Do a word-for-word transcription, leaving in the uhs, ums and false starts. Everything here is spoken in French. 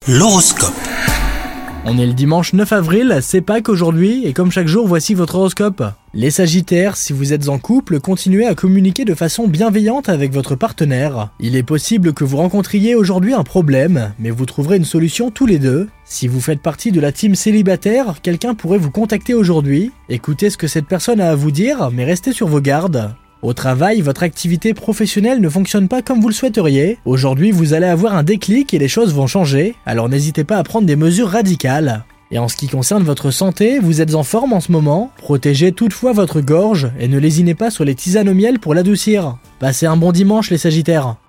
L'horoscope. On est le dimanche neuf avril, c'est Pâques aujourd'hui, et comme chaque jour, voici votre horoscope. Les Sagittaires, si vous êtes en couple, continuez à communiquer de façon bienveillante avec votre partenaire. Il est possible que vous rencontriez aujourd'hui un problème, mais vous trouverez une solution tous les deux. Si vous faites partie de la team célibataire, quelqu'un pourrait vous contacter aujourd'hui. Écoutez ce que cette personne a à vous dire, mais restez sur vos gardes. Au travail, votre activité professionnelle ne fonctionne pas comme vous le souhaiteriez. Aujourd'hui, vous allez avoir un déclic et les choses vont changer, alors n'hésitez pas à prendre des mesures radicales. Et en ce qui concerne votre santé, vous êtes en forme en ce moment. Protégez toutefois votre gorge et ne lésinez pas sur les tisanes au miel pour l'adoucir. Passez un bon dimanche les Sagittaires.